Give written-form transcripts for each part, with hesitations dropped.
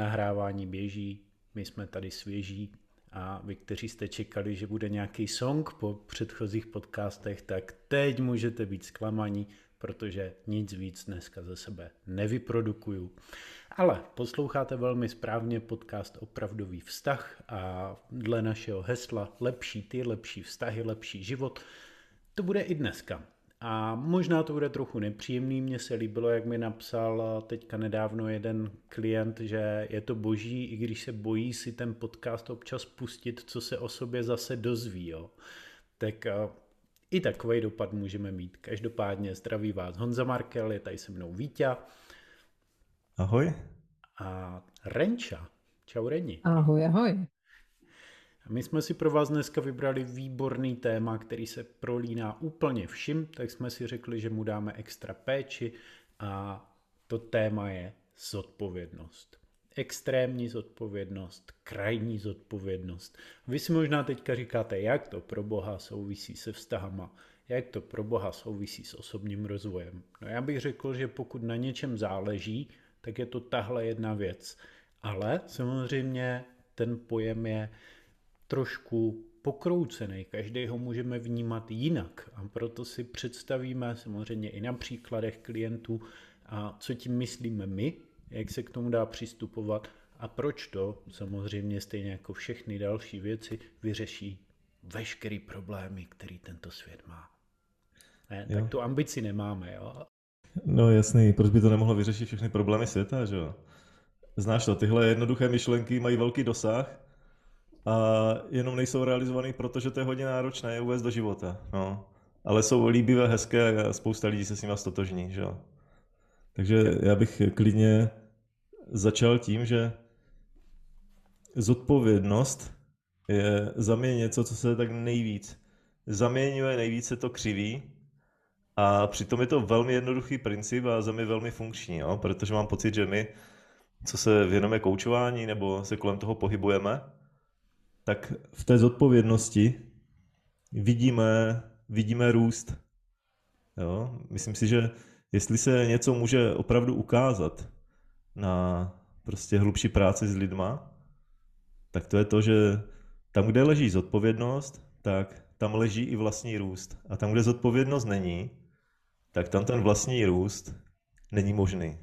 nahrávání běží, my jsme tady svěží a vy, kteří jste čekali, že bude nějaký song po předchozích podcastech, tak teď můžete být zklamaní, protože nic víc dneska ze sebe nevyprodukuju. Ale posloucháte velmi správně podcast Opravdový vztah a dle našeho hesla lepší ty, lepší vztahy, lepší život, to bude i dneska. A možná to bude trochu nepříjemný, mně se líbilo, jak mi napsal teďka nedávno jeden klient, že je to boží, i když se bojí si ten podcast občas pustit, co se o sobě zase dozví. Jo. Tak i takový dopad můžeme mít. Každopádně zdraví vás Honza Markel, je tady se mnou Víťa. Ahoj. A Renča. Čau Reni. Ahoj, ahoj. A my jsme si pro vás dneska vybrali výborný téma, který se prolíná úplně všim, tak jsme si řekli, že mu dáme extra péči a to téma je zodpovědnost. Extrémní zodpovědnost, krajní zodpovědnost. Vy si možná teďka říkáte, jak to pro Boha souvisí se vztahama, jak to pro Boha souvisí s osobním rozvojem. No já bych řekl, že pokud na něčem záleží, tak je to tahle jedna věc. Ale samozřejmě ten pojem je trošku pokroucený, každý ho můžeme vnímat jinak a proto si představíme samozřejmě i na příkladech klientů, a co tím myslíme my, jak se k tomu dá přistupovat a proč to samozřejmě stejně jako všechny další věci vyřeší veškerý problémy, který tento svět má. Ne, tak tu ambici nemáme, jo? No jasný, proč by to nemohlo vyřešit všechny problémy světa, že jo? Znáš to, tyhle jednoduché myšlenky mají velký dosah a jenom nejsou realizovaný, protože to je hodně náročné je uvést do života, no. Ale jsou líbivé, hezké a spousta lidí se s nimi stotožní, že jo? Takže já bych klidně začal tím, že zodpovědnost je za mě něco, co se tak nejvíc zaměňuje, nejvíc se to křiví. A přitom je to velmi jednoduchý princip a za mě velmi funkční, jo? Protože mám pocit, že my, co se věnujeme koučování nebo se kolem toho pohybujeme, tak v té zodpovědnosti vidíme růst. Jo? Myslím si, že jestli se něco může opravdu ukázat na prostě hlubší práci s lidma, tak to je to, že tam, kde leží zodpovědnost, tak tam leží i vlastní růst. A tam, kde zodpovědnost není, tak tam ten vlastní růst není možný.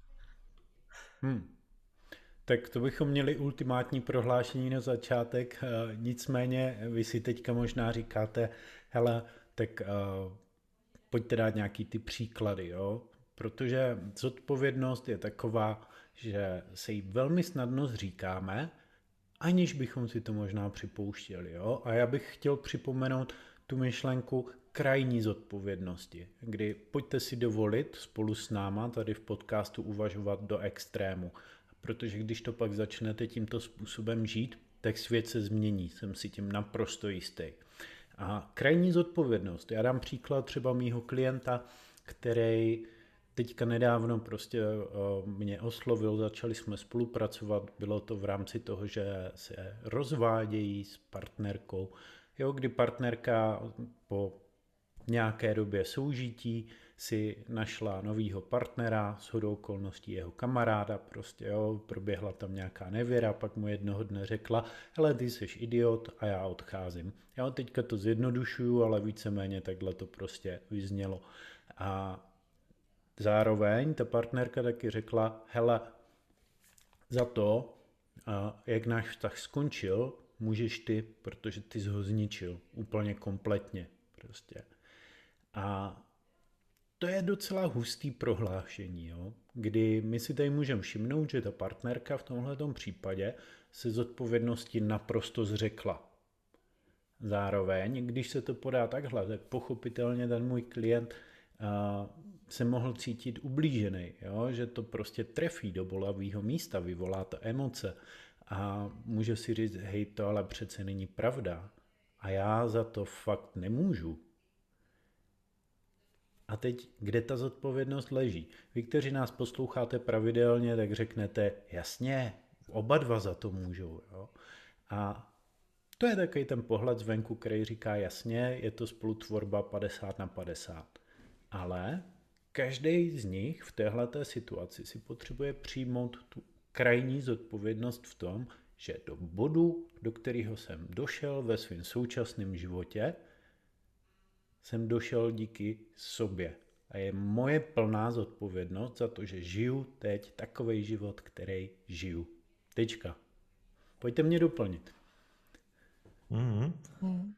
Tak to bychom měli ultimátní prohlášení na začátek, nicméně vy si teďka možná říkáte, hele, tak pojďte dát nějaký ty příklady, jo? Protože zodpovědnost je taková, že se jí velmi snadno zříkáme, aniž bychom si to možná připouštěli, jo? A já bych chtěl připomenout tu myšlenku krajní zodpovědnosti, kdy pojďte si dovolit spolu s náma tady v podcastu uvažovat do extrému, protože když to pak začnete tímto způsobem žít, tak svět se změní, jsem si tím naprosto jistý. A krajní zodpovědnost, já dám příklad třeba mýho klienta, který teďka nedávno prostě mě oslovil, začali jsme spolupracovat, bylo to v rámci toho, že se rozvádějí s partnerkou, jo, kdy partnerka po nějaké době soužití si našla novýho partnera, shodou okolností jeho kamaráda, prostě jo, proběhla tam nějaká nevěra, pak mu jednoho dne řekla, hele, ty jsi idiot a já odcházím. Já teďka to zjednodušuju, ale víceméně takhle to prostě vyznělo. A zároveň ta partnerka taky řekla, hele, za to, jak náš vztah skončil, můžeš ty, protože ty jsi ho zničil úplně kompletně. Prostě. A to je docela hustý prohlášení, jo? Kdy my si tady můžeme všimnout, že ta partnerka v tomhletom případě se zodpovědnosti naprosto zřekla. Zároveň, když se to podá takhle, tak pochopitelně ten můj klient se mohl cítit ublížený, jo? Že to prostě trefí do bolavého místa, vyvolá to emoce a může si říct, hej, to ale přece není pravda a já za to fakt nemůžu. A teď, kde ta zodpovědnost leží? Vy, kteří nás posloucháte pravidelně, tak řeknete, jasně, oba dva za to můžou. Jo? A to je takový ten pohled zvenku, který říká, jasně, je to spolutvorba 50/50. Ale každý z nich v téhleté situaci si potřebuje přijmout tu krajní zodpovědnost v tom, že do bodu, do kterého jsem došel ve svém současném životě, jsem došel díky sobě. A je moje plná zodpovědnost za to, že žiju teď takovej život, který žiju. Tečka. Pojďte mě doplnit. Mm-hmm.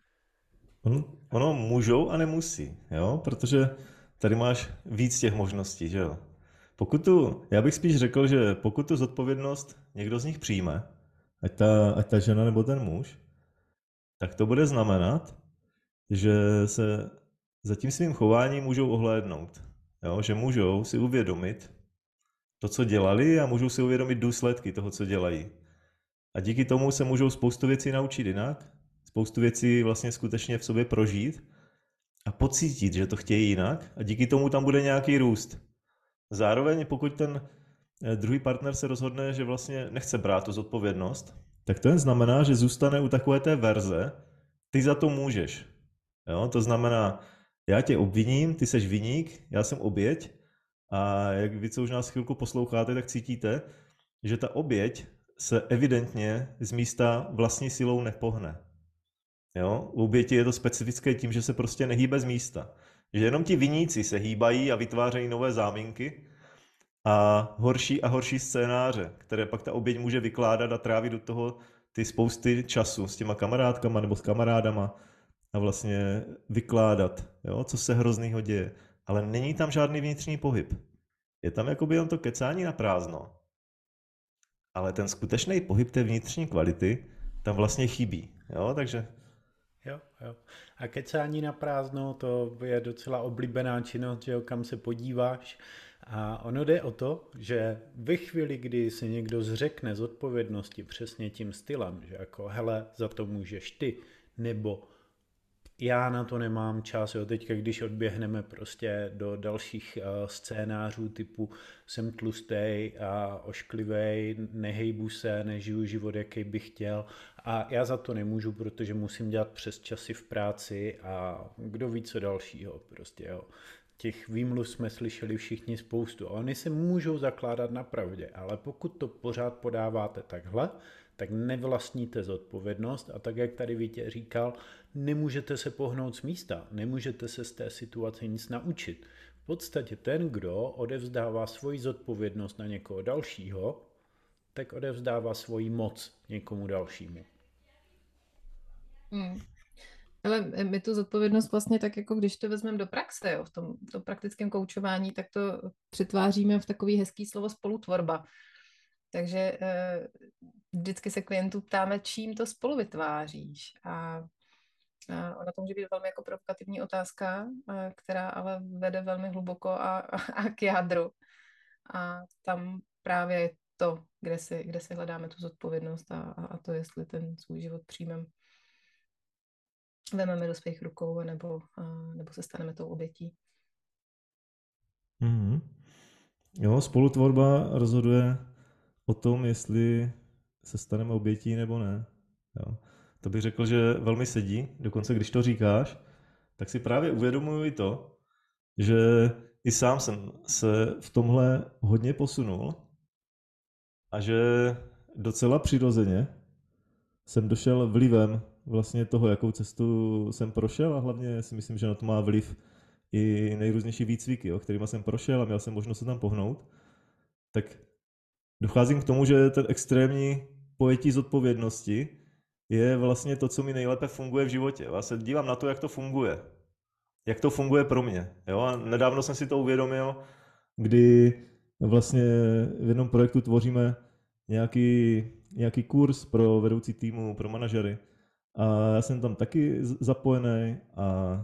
Ono můžou a nemusí, jo? Protože tady máš víc těch možností, že jo? Já bych spíš řekl, že pokud tu zodpovědnost někdo z nich přijme, ať ta žena nebo ten muž, tak to bude znamenat, že se za tím svým chováním můžou ohlédnout. Jo? Že můžou si uvědomit to, co dělali a můžou si uvědomit důsledky toho, co dělají. A díky tomu se můžou spoustu věcí naučit jinak, spoustu věcí vlastně skutečně v sobě prožít a pocítit, že to chtějí jinak a díky tomu tam bude nějaký růst. Zároveň pokud ten druhý partner se rozhodne, že vlastně nechce brát tu zodpovědnost, tak to jen znamená, že zůstane u takové té verze, ty za to můžeš. Jo? To znamená, já tě obviním, ty seš viník, já jsem oběť a jak vy, co už nás chvilku posloucháte, tak cítíte, že ta oběť se evidentně z místa vlastní silou nepohne. Jo? U oběti je to specifické tím, že se prostě nehýbe z místa. Že jenom ti viníci se hýbají a vytvářejí nové záminky a horší scénáře, které pak ta oběť může vykládat a trávit do toho ty spousty času s těma kamarádkama nebo s kamarádama a vlastně vykládat, jo, co se hroznýho děje. Ale není tam žádný vnitřní pohyb. Je tam jakoby jen to kecání na prázdno. Ale ten skutečný pohyb té vnitřní kvality tam vlastně chybí. Jo, takže... Jo. A kecání na prázdno, to je docela oblíbená činnost, že jo, kam se podíváš. A ono jde o to, že ve chvíli, kdy se někdo zřekne zodpovědnosti přesně tím stylem, že jako hele, za to můžeš ty, nebo já na to nemám čas, jo, teďka když odběhneme prostě do dalších scénářů typu jsem tlustej a ošklivej, nehejbu se, nežiju život, jaký bych chtěl a já za to nemůžu, protože musím dělat přes časy v práci a kdo ví co dalšího prostě, jo. Těch výmluv jsme slyšeli všichni spoustu a oni se můžou zakládat na pravdě, ale pokud to pořád podáváte takhle, tak nevlastníte zodpovědnost a tak, jak tady Vítě říkal, nemůžete se pohnout z místa, nemůžete se z té situace nic naučit. V podstatě ten, kdo odevzdává svoji zodpovědnost na někoho dalšího, tak odevzdává svoji moc někomu dalšímu. Ale my tu zodpovědnost vlastně tak jako když to vezmeme do praxe, jo, v tom praktickém koučování, tak to přetváříme v takový hezký slovo spolutvorba. Takže vždycky se klientů ptáme, čím to spolu vytváříš. A ona to může být velmi jako provokativní otázka, která ale vede velmi hluboko a k jádru. A tam právě je to, kde si hledáme tu zodpovědnost a to, jestli ten svůj život přijmeme, vezmeme do svých rukou, nebo se staneme tou obětí. Mm-hmm. Jo, spolutvorba rozhoduje o tom, jestli se staneme obětí nebo ne. Jo. To bych řekl, že velmi sedí, dokonce když to říkáš, tak si právě uvědomuji i to, že i sám jsem se v tomhle hodně posunul a že docela přirozeně jsem došel vlivem vlastně toho, jakou cestu jsem prošel a hlavně si myslím, že na to má vliv i nejrůznější výcviky, jo, kterýma jsem prošel a měl jsem možnost se tam pohnout, tak docházím k tomu, že ten extrémní pojetí zodpovědnosti je vlastně to, co mi nejlépe funguje v životě. Já se dívám na to, jak to funguje. Jak to funguje pro mě. Jo? A nedávno jsem si to uvědomil, kdy vlastně v jednom projektu tvoříme nějaký kurz pro vedoucí týmu, pro manažery. A já jsem tam taky zapojený a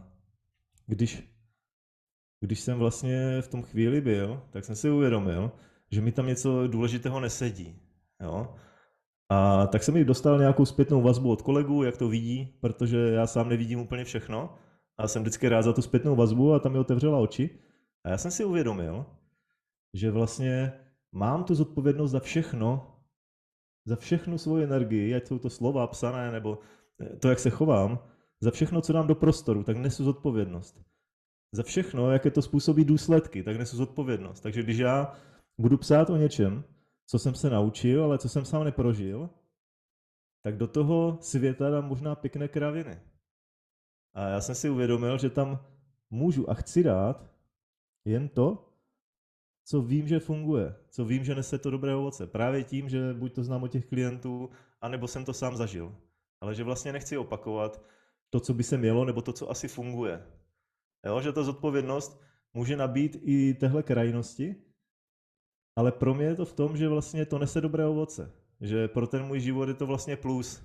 když jsem vlastně v tom chvíli byl, tak jsem si uvědomil, že mi tam něco důležitého nesedí. Jo? A tak jsem mi dostal nějakou zpětnou vazbu od kolegů, jak to vidí, protože já sám nevidím úplně všechno a jsem vždycky rád za tu zpětnou vazbu a tam mi otevřela oči. A já jsem si uvědomil, že vlastně mám tu zodpovědnost za všechnu svoji energii, ať jsou to slova psané nebo to, jak se chovám, za všechno, co dám do prostoru, tak nesu zodpovědnost. Za všechno, jaké to způsobí důsledky, tak nesu zodpovědnost. Takže když já budu psát o něčem, co jsem se naučil, ale co jsem sám neprožil, tak do toho světa dám možná pěkné kraviny. A já jsem si uvědomil, že tam můžu a chci dát jen to, co vím, že funguje, co vím, že nese to dobré ovoce. Právě tím, že buď to znám od těch klientů, anebo jsem to sám zažil. Ale že vlastně nechci opakovat to, co by se mělo, nebo to, co asi funguje. Jo, že ta zodpovědnost může nabít i téhle krajnosti, ale pro mě je to v tom, že vlastně to nese dobré ovoce. Že pro ten můj život je to vlastně plus.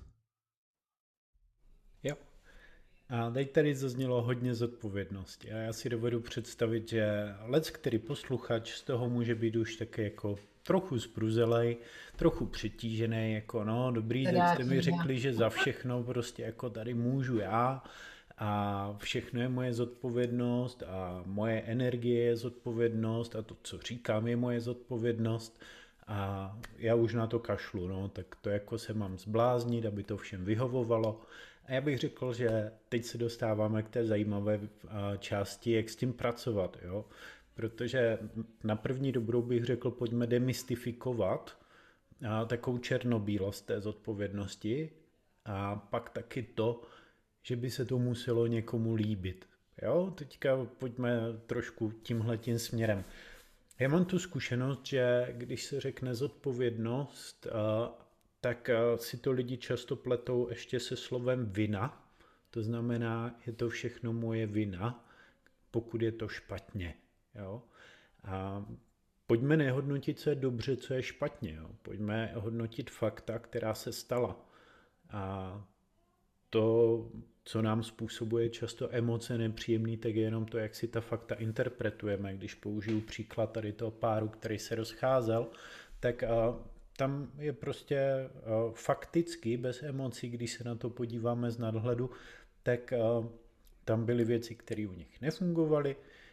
Jo. A teď tady zaznělo hodně zodpovědnosti. A já si dovedu představit, že leckterý posluchač z toho může být už taky jako trochu zbruzelej, trochu přetížený, jako no dobrý, teď jste mi řekli, že za všechno prostě jako tady můžu já a všechno je moje zodpovědnost a moje energie je zodpovědnost a to, co říkám, je moje zodpovědnost a já už na to kašlu, no, tak to jako se mám zbláznit, aby to všem vyhovovalo. A já bych řekl, že teď se dostáváme k té zajímavé části, jak s tím pracovat, jo? Protože na první dobrou bych řekl, pojďme demystifikovat takovou černobílost té zodpovědnosti a pak taky to, že by se to muselo někomu líbit. Jo? Teďka pojďme trošku tímhletím směrem. Já mám tu zkušenost, že když se řekne zodpovědnost, tak si to lidi často pletou ještě se slovem vina. To znamená, je to všechno moje vina, pokud je to špatně. Jo? A pojďme nehodnotit, co je dobře, co je špatně. Jo? Pojďme hodnotit fakta, která se stala. A to, co nám způsobuje často emoce nepříjemný, tak je jenom to, jak si ta fakta interpretujeme. Když použiju příklad tady toho páru, který se rozcházel, tak tam je prostě fakticky bez emocí, když se na to podíváme z nadhledu, tak tam byly věci, které u nich nefungovaly.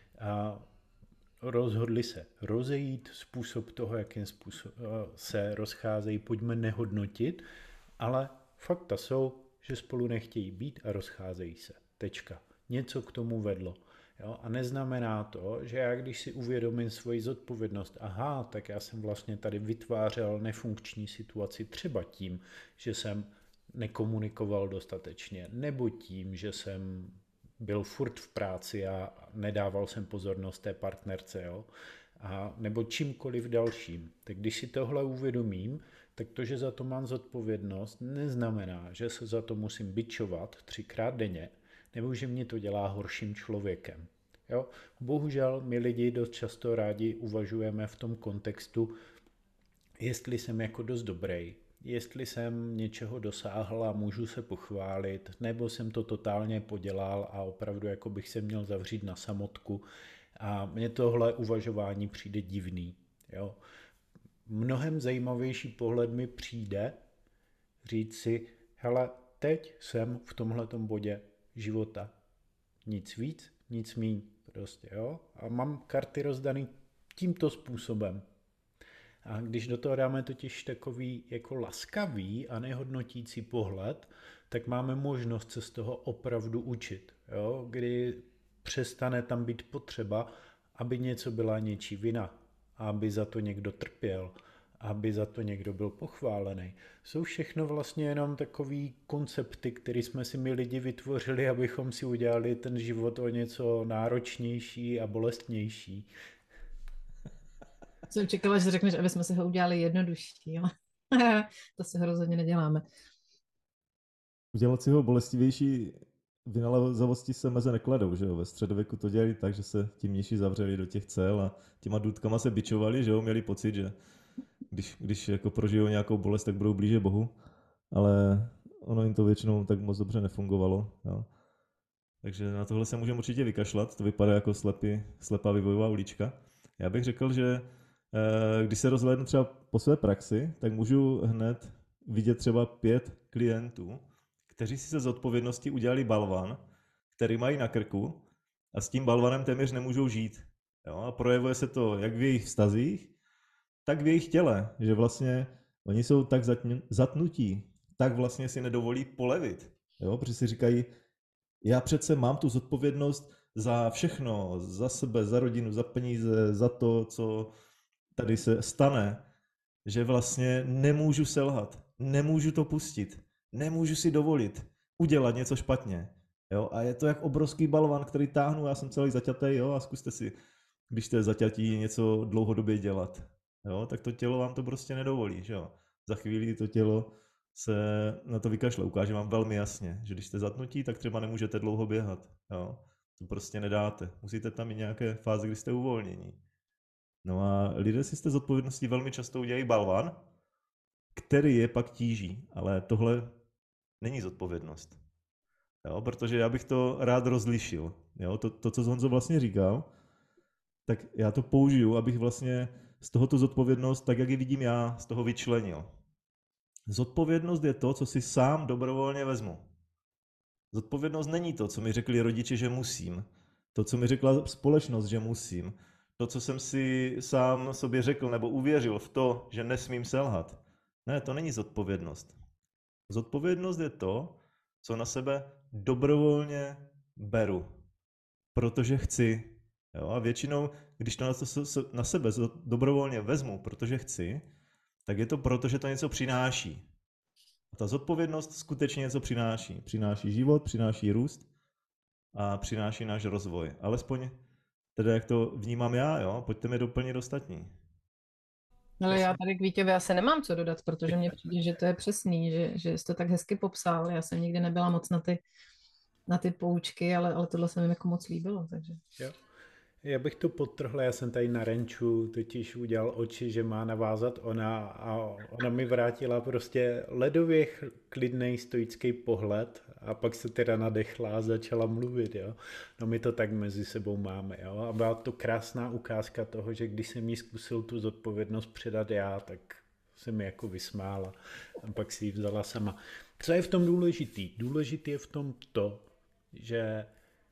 Rozhodli se rozejít, způsob toho, jakým se rozcházejí, pojďme nehodnotit, ale fakta jsou, že spolu nechtějí být a rozcházejí se. Tečka. Něco k tomu vedlo. Jo? A neznamená to, že já když si uvědomím svoji zodpovědnost, aha, tak já jsem vlastně tady vytvářel nefunkční situaci třeba tím, že jsem nekomunikoval dostatečně, nebo tím, že jsem byl furt v práci a nedával jsem pozornost té partnerce, jo? A nebo čímkoliv dalším. Tak když si tohle uvědomím, tak to, že za to mám zodpovědnost, neznamená, že se za to musím bičovat 3krát denně, nebo že mě to dělá horším člověkem. Jo? Bohužel my lidi dost často rádi uvažujeme v tom kontextu, jestli jsem jako dost dobrý, jestli jsem něčeho dosáhl a můžu se pochválit, nebo jsem to totálně podělal a opravdu jako bych se měl zavřít na samotku. A mně tohle uvažování přijde divný. Jo? Mnohem zajímavější pohled mi přijde říct si, hele, teď jsem v tomhletom bodě života. Nic víc, nic míň. Prostě, jo? A mám karty rozdaný tímto způsobem. A když do toho dáme totiž takový jako laskavý a nehodnotící pohled, tak máme možnost se z toho opravdu učit. Jo? Kdy přestane tam být potřeba, aby něco byla něčí vina, aby za to někdo trpěl, aby za to někdo byl pochválený. Jsou všechno vlastně jenom takový koncepty, které jsme si my lidi vytvořili, abychom si udělali ten život o něco náročnější a bolestnější. Jsem čekala, že řekneš, aby jsme si ho udělali jednodušší, ale to si ho rozhodně neděláme. Udělat si ho bolestivější vynalézavosti se meze nekladou, že jo? Ve středověku to dělali tak, že se ti mniši zavřeli do těch cel a těma důtkama se bičovali, že jo? Měli pocit, že když jako prožijou nějakou bolest, tak budou blíže Bohu, ale ono jim to většinou tak moc dobře nefungovalo, jo? Takže na tohle se můžeme určitě vykašlat, to vypadá jako slepá vývojová ulička. Já bych řekl, že když se rozhlédnu třeba po své praxi, tak můžu hned vidět třeba 5 klientů, kteří si se z odpovědnosti udělali balvan, který mají na krku a s tím balvanem téměř nemůžou žít. Jo? A projevuje se to jak v jejich vztazích, tak v jejich těle, že vlastně oni jsou tak zatnutí, tak vlastně si nedovolí polevit. Jo? Protože si říkají, já přece mám tu zodpovědnost za všechno, za sebe, za rodinu, za peníze, za to, co tady se stane. že vlastně nemůžu selhat, nemůžu to pustit, nemůžu si dovolit udělat něco špatně. Jo? A je to jak obrovský balvan, který táhnu, já jsem celý zaťatý, jo, a zkuste si, když jste zaťatí, něco dlouhodobě dělat. Jo? Tak to tělo vám to prostě nedovolí. Že jo? Za chvíli to tělo se na to vykašle. Ukáže vám velmi jasně, že když jste zatnutí, tak třeba nemůžete dlouho běhat. Jo? To prostě nedáte. Musíte tam mít nějaké fáze, kdy jste uvolnění. No a lidé si z té zodpovědnosti velmi často udělají balvan, který je pak tíží, ale tohle není zodpovědnost. Jo, protože já bych to rád rozlišil. Jo, to, co Honzo vlastně říkal, tak já to použiju, abych vlastně z tohoto zodpovědnost, tak jak ji vidím já, z toho vyčlenil. Zodpovědnost je to, co si sám dobrovolně vezmu. Zodpovědnost není to, co mi řekli rodiče, že musím. To, co mi řekla společnost, že musím. To, co jsem si sám sobě řekl nebo uvěřil v to, že nesmím selhat. Ne, to není zodpovědnost. Zodpovědnost je to, co na sebe dobrovolně beru, protože chci. Jo? A většinou, když to na sebe dobrovolně vezmu, protože chci, tak je to proto, že to něco přináší. A ta zodpovědnost skutečně něco přináší. Přináší život, přináší růst a přináší náš rozvoj. Alespoň teda, jak to vnímám já, jo? Pojďte mi doplnit ostatní. Ale já tady k Vítěvi asi nemám co dodat, protože mně přijde, že to je přesný, že jsi to tak hezky popsal. Já jsem nikdy nebyla moc na ty poučky, ale tohle se mi jako moc líbilo. Takže. Jo. Já bych to podtrhl, já jsem tady na ranču totiž udělal oči, že má navázat ona a ona mi vrátila prostě ledově klidnej stoický pohled a pak se teda nadechla a začala mluvit, jo. No my to tak mezi sebou máme, jo. A byla to krásná ukázka toho, že když jsem jí zkusil tu zodpovědnost předat já, tak se mi jako vysmála a pak si ji vzala sama. Co je v tom důležitý? Důležitý je v tom to, že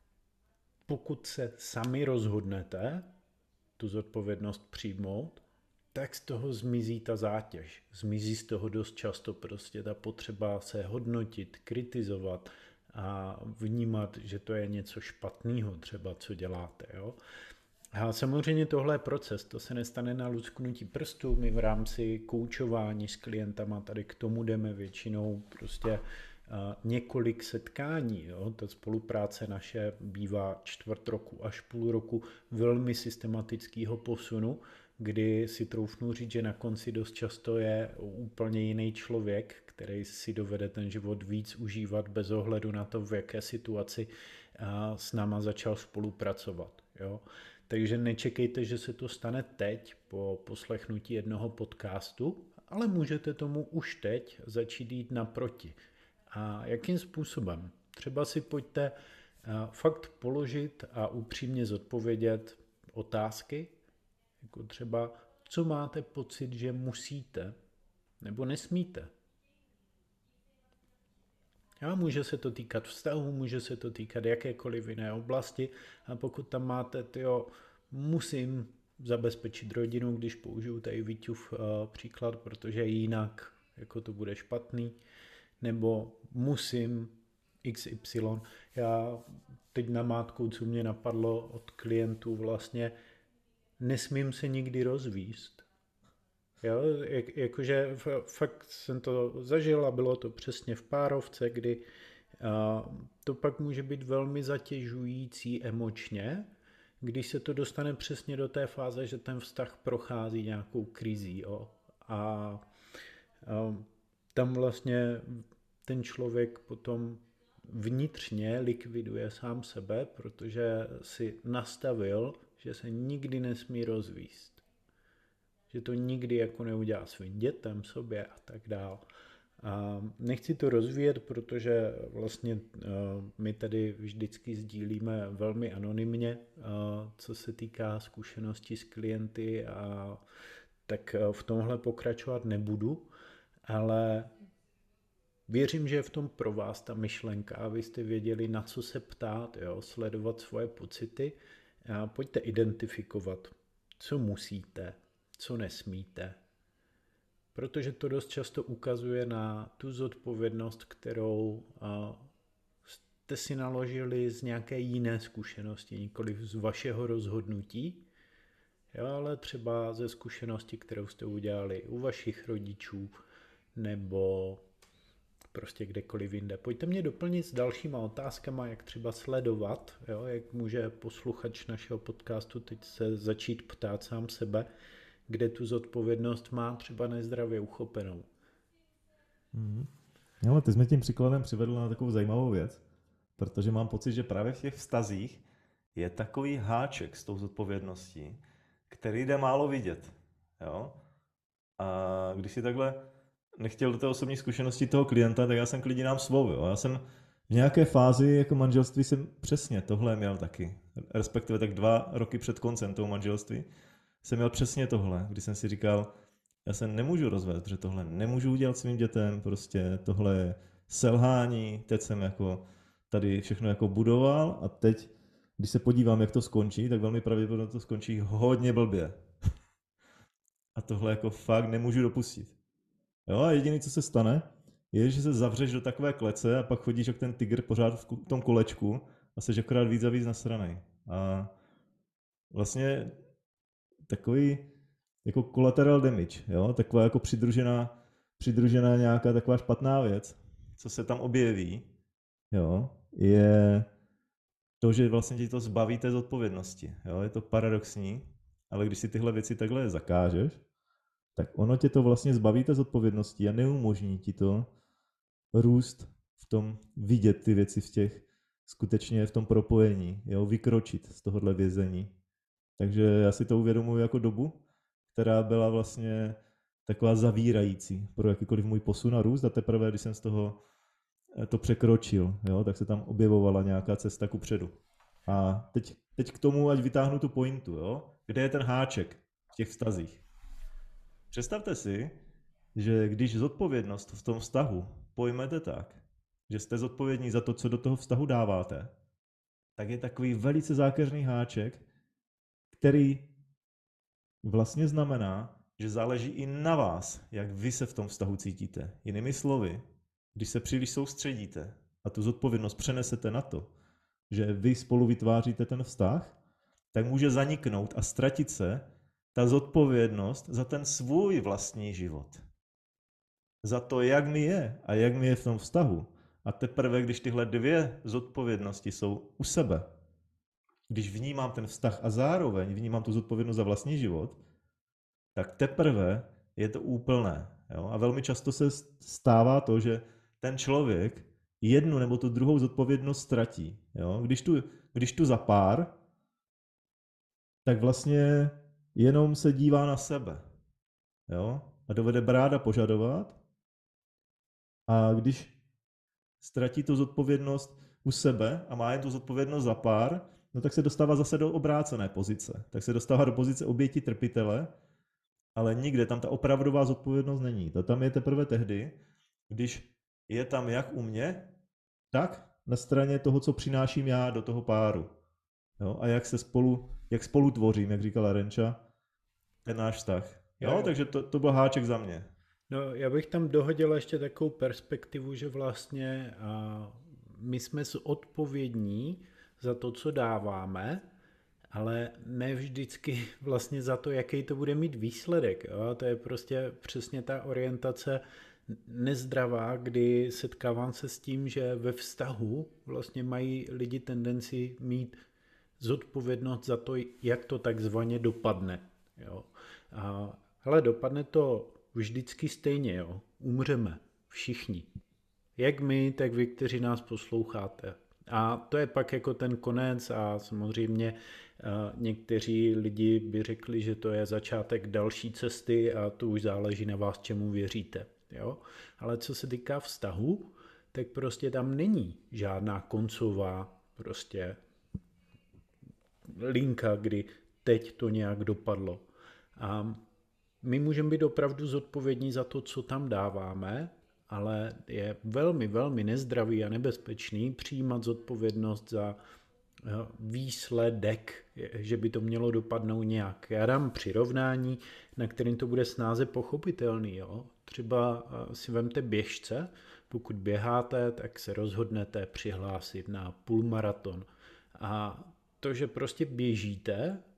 pokud se sami rozhodnete tu zodpovědnost přijmout, tak z toho zmizí ta zátěž. Zmizí z toho dost často prostě ta potřeba se hodnotit, kritizovat a vnímat, že to je něco špatného třeba, co děláte. Jo? A samozřejmě tohle je proces, to se nestane na lusknutí prstů. My v rámci koučování s klientama tady k tomu jdeme většinou prostě několik setkání. Jo? Ta spolupráce naše bývá čtvrt roku až půl roku velmi systematického posunu, kdy si troufnu říct, že na konci dost často je úplně jiný člověk, který si dovede ten život víc užívat bez ohledu na to, v jaké situaci s náma začal spolupracovat. Jo? Takže nečekejte, že se to stane teď po poslechnutí jednoho podcastu, ale můžete tomu už teď začít jít naproti. A jakým způsobem? Třeba si pojďte fakt položit a upřímně zodpovědět otázky, jako třeba, co máte pocit, že musíte nebo nesmíte. A může se to týkat vztahu, může se to týkat jakékoliv jiné oblasti a pokud tam máte, musím zabezpečit rodinu, když použiju tady Víťův příklad, protože jinak jako to bude špatný, nebo musím XY. Já teď namátkou, co mě napadlo od klientů vlastně, nesmím se nikdy rozvíst. Jo, jakože fakt jsem to zažil a bylo to přesně v párovce, kdy to pak může být velmi zatěžující emočně, když se to dostane přesně do té fáze, že ten vztah prochází nějakou krizí. Jo. A tam vlastně ten člověk potom vnitřně likviduje sám sebe, protože si nastavil, že se nikdy nesmí rozvíst. Že to nikdy jako neudělá svým dětem, sobě a tak dál. A nechci to rozvíjet, protože vlastně my tady vždycky sdílíme velmi anonymně, co se týká zkušeností s klienty, a tak v tomhle pokračovat nebudu, ale věřím, že je v tom pro vás ta myšlenka, abyste věděli, na co se ptát, jo? Sledovat svoje pocity a pojďte identifikovat, co musíte, co nesmíte. Protože to dost často ukazuje na tu zodpovědnost, kterou jste si naložili z nějaké jiné zkušenosti, nikoliv z vašeho rozhodnutí. Jo, ale třeba ze zkušenosti, kterou jste udělali u vašich rodičů, nebo prostě kdekoliv jinde. Pojďte mě doplnit s dalšíma otázkama, jak třeba sledovat, jo, jak může posluchač našeho podcastu teď se začít ptát sám sebe, kde tu zodpovědnost má třeba nezdravě uchopenou. Ale ty jsi mě tím příkladem přivedl na takovou zajímavou věc, protože mám pocit, že právě v těch vztazích je takový háček s tou zodpovědností, který jde málo vidět. Jo? A když si takhle nechtěl do té osobní zkušenosti toho klienta, tak já jsem k lidi nám svou. Jo? Já jsem v nějaké fázi jako manželství jsem přesně tohle měl taky. Respektive tak 2 roky před koncem toho manželství jsem měl přesně tohle, kdy jsem si říkal, já se nemůžu rozvést, protože tohle nemůžu udělat svým dětem, prostě tohle je selhání, teď jsem jako tady všechno jako budoval a teď, když se podívám, jak to skončí, tak velmi pravděpodobně to skončí hodně blbě. A tohle jako fakt nemůžu dopustit. Jo, a jediné, co se stane, je, že se zavřeš do takové klece a pak chodíš jak ten tygr pořád v tom kolečku a seš akorát víc a víc nasranej. A vlastně takový jako collateral damage, jo? Taková jako přidružená nějaká taková špatná věc, co se tam objeví, jo? Je to, že vlastně ti to zbaví té zodpovědnosti. Jo? Je to paradoxní, ale když si tyhle věci takhle zakážeš, tak ono tě to vlastně zbaví té zodpovědnosti a neumožní ti to růst v tom, vidět ty věci v těch, skutečně v tom propojení, jo? Vykročit z tohohle vězení. Takže já si to uvědomuji jako dobu, která byla vlastně taková zavírající pro jakýkoliv můj posun a růst a teprve, když jsem z toho to překročil, jo, tak se tam objevovala nějaká cesta kupředu. A teď k tomu, ať vytáhnu tu pointu, jo, kde je ten háček v těch vztazích. Představte si, že když zodpovědnost v tom vztahu pojmete tak, že jste zodpovědní za to, co do toho vztahu dáváte, tak je takový velice zákeřný háček, který vlastně znamená, že záleží i na vás, jak vy se v tom vztahu cítíte. Jinými slovy, když se příliš soustředíte a tu zodpovědnost přenesete na to, že vy spolu vytváříte ten vztah, tak může zaniknout a ztratit se ta zodpovědnost za ten svůj vlastní život. Za to, jak mi je a jak mi je v tom vztahu. A teprve, když tyhle 2 zodpovědnosti jsou u sebe, když vnímám ten vztah a zároveň vnímám tu zodpovědnost za vlastní život, tak teprve je to úplné. Jo? A velmi často se stává to, že ten člověk jednu nebo tu druhou zodpovědnost ztratí. Jo? Když tu za pár, tak vlastně jenom se dívá na sebe. Jo? A dovede brát a požadovat. A když ztratí tu zodpovědnost u sebe a má jen tu zodpovědnost za pár, no tak se dostává zase do obrácené pozice. Tak se dostává do pozice oběti trpitele, ale nikde tam ta opravdová zodpovědnost není. To tam je teprve tehdy, když je tam jak u mě, tak na straně toho, co přináším já do toho páru. Jo? A jak spolu tvořím, jak říkala Renča, ten náš vztah. Jo? Takže to byl háček za mě. No, já bych tam dohodil ještě takovou perspektivu, že vlastně my jsme odpovědní za to, co dáváme, ale ne vždycky vlastně za to, jaký to bude mít výsledek. Jo? To je prostě přesně ta orientace nezdravá, kdy setkávám se s tím, že ve vztahu vlastně mají lidi tendenci mít zodpovědnost za to, jak to takzvaně dopadne. Jo? Ale dopadne to vždycky stejně, jo? Umřeme všichni. Jak my, tak vy, kteří nás posloucháte. A to je pak jako ten konec a samozřejmě někteří lidi by řekli, že to je začátek další cesty a to už záleží na vás, čemu věříte. Jo? Ale co se týká vztahu, tak prostě tam není žádná koncová prostě linka, kdy teď to nějak dopadlo. A my můžeme být opravdu zodpovědní za to, co tam dáváme, ale je velmi, velmi nezdravý a nebezpečný přijímat zodpovědnost za výsledek, že by to mělo dopadnout nějak. Já dám přirovnání, na kterým to bude snáze pochopitelný. Jo? Třeba si vemte běžce, pokud běháte, tak se rozhodnete přihlásit na půlmaraton. A to, že prostě běžíte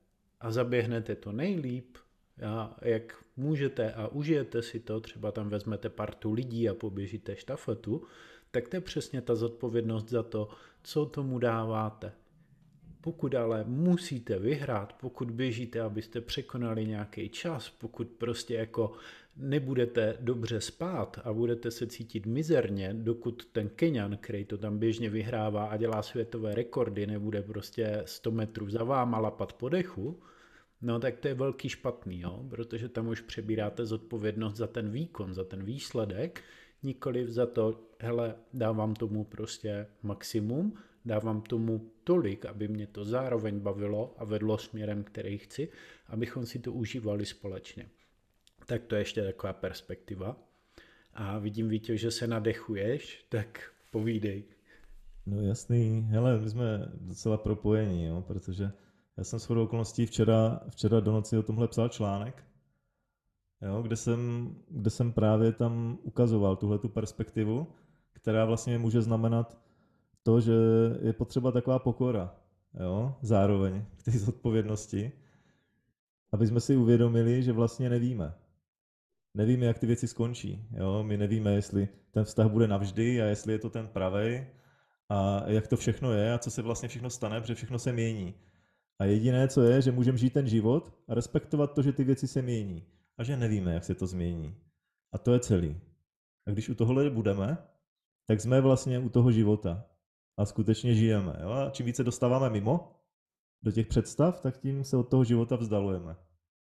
a zaběhnete to nejlíp, jak můžete a užijete si to, třeba tam vezmete partu lidí a poběžíte štafetu, tak to je přesně ta zodpovědnost za to, co tomu dáváte. Pokud ale musíte vyhrát, pokud běžíte, abyste překonali nějaký čas, pokud prostě jako nebudete dobře spát a budete se cítit mizerně, dokud ten Keňan, který to tam běžně vyhrává a dělá světové rekordy, nebude prostě 100 metrů za váma lapat po dechu, no tak to je velký špatný, jo? Protože tam už přebíráte zodpovědnost za ten výkon, za ten výsledek, nikoliv za to, hele, dávám tomu prostě maximum, dávám tomu tolik, aby mě to zároveň bavilo a vedlo směrem, který chci, abychom si to užívali společně. Tak to je ještě taková perspektiva. A vidím, Víťo, že se nadechuješ, tak povídej. No jasný, hele, my jsme docela propojení, jo, protože já jsem shodou okolností včera do noci o tomhle psal článek, jo, kde jsem právě tam ukazoval tuhletu perspektivu, která vlastně může znamenat to, že je potřeba taková pokora, jo, zároveň k té zodpovědnosti, aby jsme si uvědomili, že vlastně nevíme. Nevíme, jak ty věci skončí. Jo? My nevíme, jestli ten vztah bude navždy a jestli je to ten pravej a jak to všechno je a co se vlastně všechno stane, protože všechno se mění. A jediné, co je, že můžeme žít ten život a respektovat to, že ty věci se mění a že nevíme, jak se to změní. A to je celý. A když u tohohle budeme, tak jsme vlastně u toho života a skutečně žijeme. Jo? A čím více dostáváme mimo do těch představ, tak tím se od toho života vzdalujeme.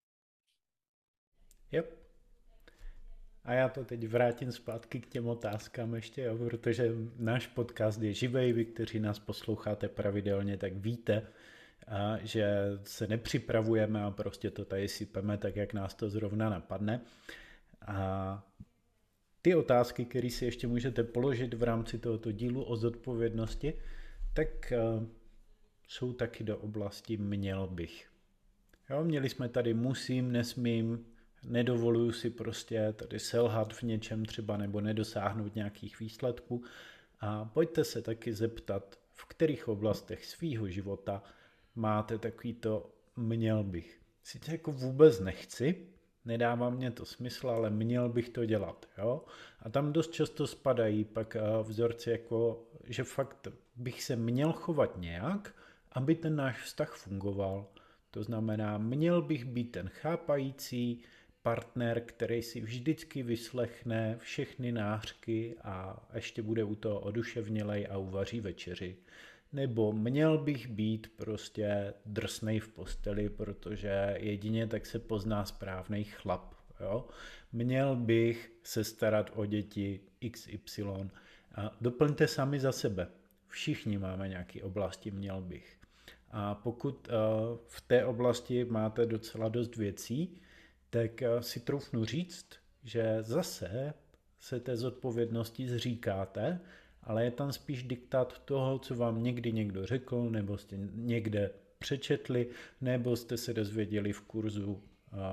Yep. A já to teď vrátím zpátky k těm otázkám ještě, jo, protože náš podcast je živej, vy, kteří nás posloucháte pravidelně, tak víte, že se nepřipravujeme a prostě to tady sypeme tak, jak nás to zrovna napadne. A ty otázky, které si ještě můžete položit v rámci tohoto dílu o zodpovědnosti, tak jsou taky do oblasti měl bych. Jo, měli jsme tady musím, nesmím, nedovoluju si prostě tady selhat v něčem třeba nebo nedosáhnout nějakých výsledků a pojďte se taky zeptat, v kterých oblastech svýho života máte takovýto měl bych. Sice jako vůbec nechci, nedává mě to smysl, ale měl bych to dělat. Jo? A tam dost často spadají pak vzorci jako, že fakt bych se měl chovat nějak, aby ten náš vztah fungoval. To znamená, měl bych být ten chápající partner, který si vždycky vyslechne všechny nářky a ještě bude u toho oduševnělej a uvaří večeři. Nebo měl bych být prostě drsnej v posteli, protože jedině tak se pozná správnej chlap. Jo? Měl bych se starat o děti XY. A doplňte sami za sebe. Všichni máme nějaké oblasti měl bych. A pokud v té oblasti máte docela dost věcí, tak si troufnu říct, že zase se té zodpovědnosti zříkáte, ale je tam spíš diktát toho, co vám někdy někdo řekl, nebo jste někde přečetli, nebo jste se dozvěděli v kurzu,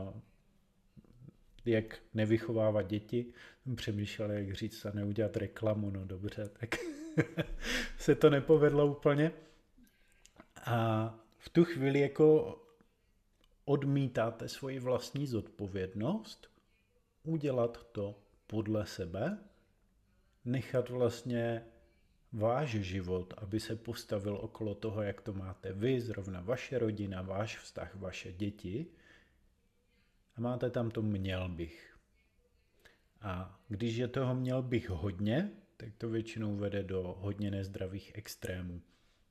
jak nevychovávat děti. Přemýšlel, jak říct a neudělat reklamu, no dobře, tak se to nepovedlo úplně. A v tu chvíli jako odmítáte svoji vlastní zodpovědnost, udělat to podle sebe, nechat vlastně váš život, aby se postavil okolo toho, jak to máte vy, zrovna vaše rodina, váš vztah, vaše děti. A máte tam to měl bych. A když je toho měl bych hodně, tak to většinou vede do hodně nezdravých extrémů.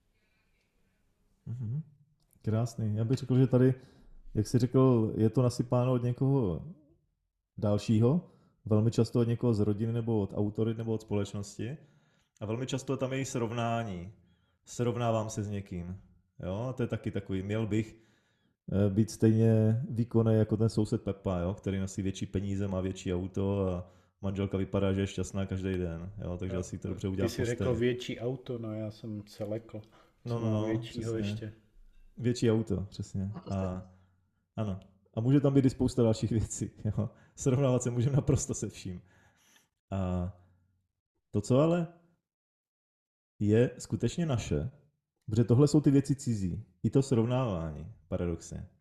Krásný. Já bych řekl, že tady, jak jsi řekl, je to nasypáno od někoho dalšího, velmi často od někoho z rodiny nebo od autorit nebo od společnosti. A velmi často tam je i srovnání. Srovnávám se s někým. Jo? To je taky takový, měl bych být stejně výkonný jako ten soused Pepa, jo? Který nosí větší peníze, má větší auto a manželka vypadá, že je šťastná každý den. Jo? Takže asi to dobře udělá. Ty jsi řekl větší auto, no já jsem se lekl. No, většího přesně. ještě. Větší auto, přesně. Ano. A může tam být i spousta dalších věcí. Jo? Srovnávat se můžeme naprosto se vším. A to, co ale je skutečně naše, protože tohle jsou ty věci cizí. I to srovnávání, paradoxně.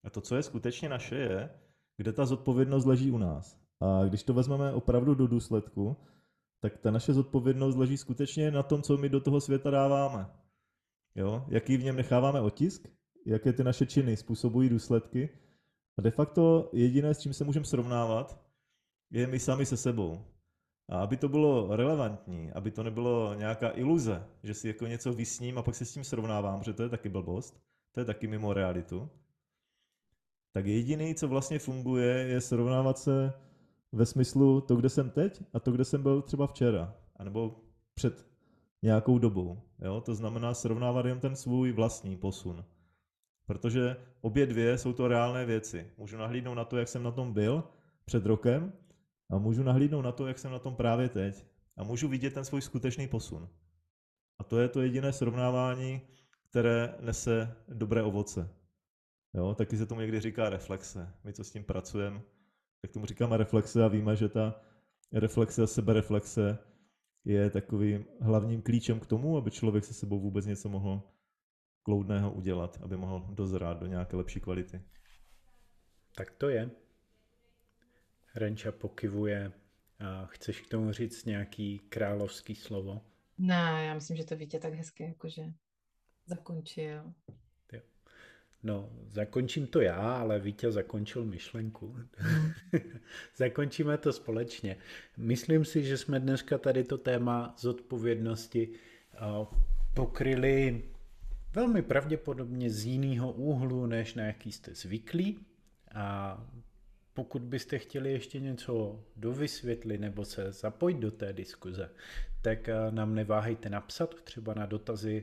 A to, co je skutečně naše, je, kde ta zodpovědnost leží u nás. A když to vezmeme opravdu do důsledku, tak ta naše zodpovědnost leží skutečně na tom, co my do toho světa dáváme. Jo? Jaký v něm necháváme otisk, jaké ty naše činy způsobují důsledky. A de facto jediné, s čím se můžeme srovnávat, je my sami se sebou. A aby to bylo relevantní, aby to nebylo nějaká iluze, že si jako něco vysním a pak se s tím srovnávám, protože to je taky blbost, to je taky mimo realitu, tak jediný, co vlastně funguje, je srovnávat se ve smyslu to, kde jsem teď a to, kde jsem byl třeba včera, anebo před nějakou dobou. Jo? To znamená srovnávat jen ten svůj vlastní posun. Protože obě dvě jsou to reálné věci. Můžu nahlídnout na to, jak jsem na tom byl před rokem a můžu nahlídnout na to, jak jsem na tom právě teď. A můžu vidět ten svůj skutečný posun. A to je to jediné srovnávání, které nese dobré ovoce. Jo, taky se tomu někdy říká reflexe. My, co s tím pracujeme, tak tomu říkáme reflexe a víme, že ta reflexe a sebereflexe je takovým hlavním klíčem k tomu, aby člověk se sebou vůbec něco mohl kloudného udělat, aby mohl dozrát do nějaké lepší kvality. Tak to je. Renča pokyvuje. A chceš k tomu říct nějaký královský slovo? Ne, já myslím, že to Vítě tak hezky jakože zakončil. Jo. No, zakončím to já, ale Vítě zakončil myšlenku. Zakončíme to společně. Myslím si, že jsme dneska tady to téma zodpovědnosti pokryli velmi pravděpodobně z jiného úhlu, než na jaký jste zvyklí. A pokud byste chtěli ještě něco dovysvětlit nebo se zapojit do té diskuze, tak nám neváhejte napsat třeba na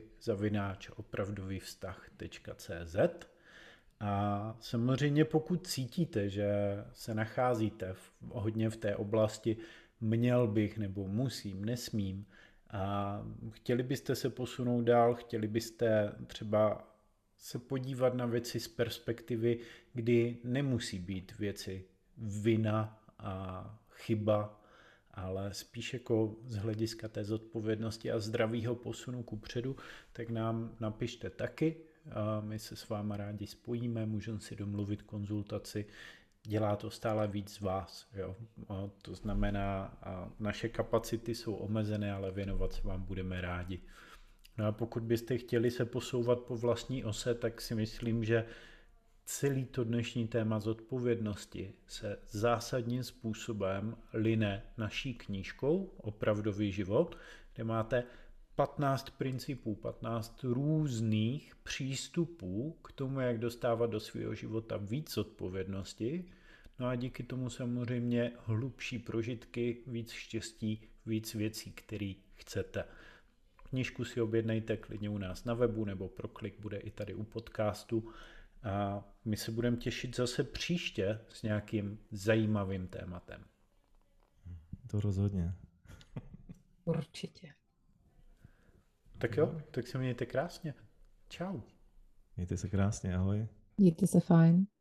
dotazy@opravdovývztah.cz. A samozřejmě pokud cítíte, že se nacházíte hodně v té oblasti měl bych nebo musím, nesmím, a chtěli byste se posunout dál, chtěli byste třeba se podívat na věci z perspektivy, kdy nemusí být věci vina a chyba, ale spíš jako z hlediska té zodpovědnosti a zdravého posunu kupředu, tak nám napište taky. A my se s váma rádi spojíme, můžeme si domluvit konzultaci. Dělá to stále víc z vás. Jo? A to znamená, naše kapacity jsou omezené, ale věnovat se vám budeme rádi. No a pokud byste chtěli se posouvat po vlastní ose, tak si myslím, že celý to dnešní téma zodpovědnosti se zásadním způsobem line naší knížkou Opravdový život, kde máte 15 principů, 15 různých přístupů k tomu, jak dostávat do svého života víc zodpovědnosti. No a díky tomu samozřejmě hlubší prožitky, víc štěstí, víc věcí, které chcete. Knížku si objednejte klidně u nás na webu, nebo pro klik bude i tady u podcastu. A my se budeme těšit zase příště s nějakým zajímavým tématem. To rozhodně. Určitě. Tak jo, tak se mějte krásně. Čau. Mějte se krásně, ahoj. Mějte se fajn.